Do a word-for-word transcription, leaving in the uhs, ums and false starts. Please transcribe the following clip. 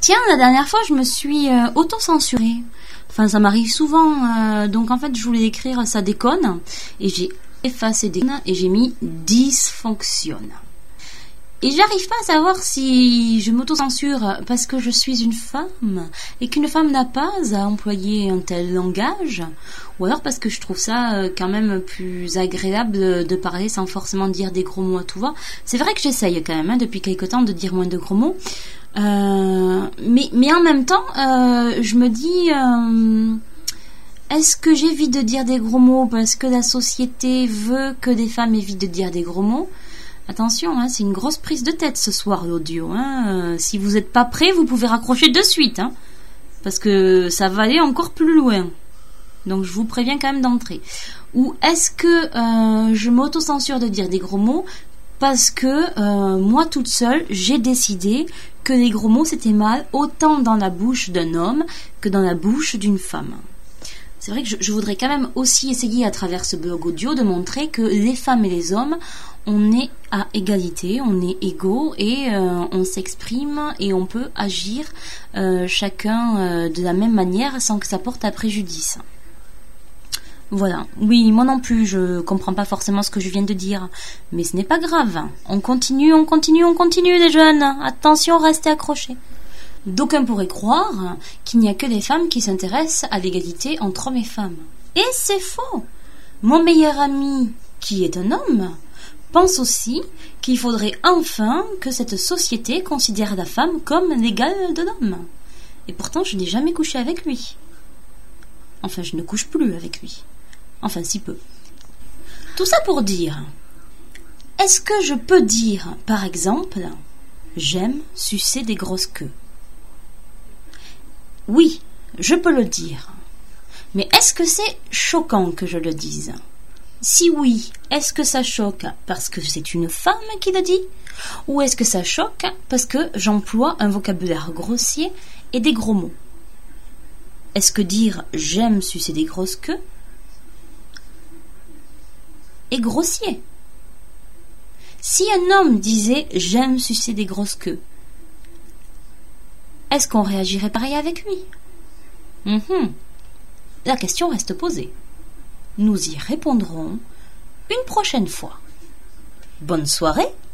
Tiens, la dernière fois, je me suis euh, auto-censurée. Enfin, ça m'arrive souvent. Euh, donc, en fait, je voulais écrire ça déconne. Et j'ai effacé déconne et j'ai mis dysfonctionne. Et j'arrive pas à savoir si je m'auto-censure parce que je suis une femme et qu'une femme n'a pas à employer un tel langage, ou alors parce que je trouve ça quand même plus agréable de parler sans forcément dire des gros mots à tout va. C'est vrai que j'essaye quand même hein, depuis quelque temps de dire moins de gros mots, euh, mais, mais en même temps, euh, je me dis... Euh, est-ce que j'évite de dire des gros mots parce que la société veut que des femmes évitent de dire des gros mots? Attention, hein, c'est une grosse prise de tête ce soir l'audio. Hein. Euh, si vous n'êtes pas prêts, vous pouvez raccrocher de suite. Hein, parce que ça va aller encore plus loin. Donc je vous préviens quand même d'entrer. Ou est-ce que euh, je m'auto-censure de dire des gros mots parce que euh, moi toute seule, j'ai décidé que les gros mots c'était mal autant dans la bouche d'un homme que dans la bouche d'une femme. C'est vrai que je, je voudrais quand même aussi essayer à travers ce blog audio de montrer que les femmes et les hommes, on est à égalité, on est égaux et euh, on s'exprime et on peut agir euh, chacun euh, de la même manière sans que ça porte à préjudice. Voilà. Oui, moi non plus, je comprends pas forcément ce que je viens de dire, mais ce n'est pas grave. On continue, on continue, on continue les jeunes. Attention, restez accrochés. D'aucuns pourraient croire qu'il n'y a que des femmes qui s'intéressent à l'égalité entre hommes et femmes. Et c'est faux. Mon meilleur ami, qui est un homme, pense aussi qu'il faudrait enfin que cette société considère la femme comme l'égale de l'homme. Et pourtant, je n'ai jamais couché avec lui. Enfin, je ne couche plus avec lui. Enfin, si peu. Tout ça pour dire, est-ce que je peux dire, par exemple, j'aime sucer des grosses queues? Oui, je peux le dire. Mais est-ce que c'est choquant que je le dise? Si oui, est-ce que ça choque parce que c'est une femme qui le dit? Ou est-ce que ça choque parce que j'emploie un vocabulaire grossier et des gros mots? Est-ce que dire « j'aime sucer des grosses queues » est grossier? Si un homme disait « j'aime sucer des grosses queues », est-ce qu'on réagirait pareil avec lui? mm-hmm. La question reste posée. Nous y répondrons une prochaine fois. Bonne soirée!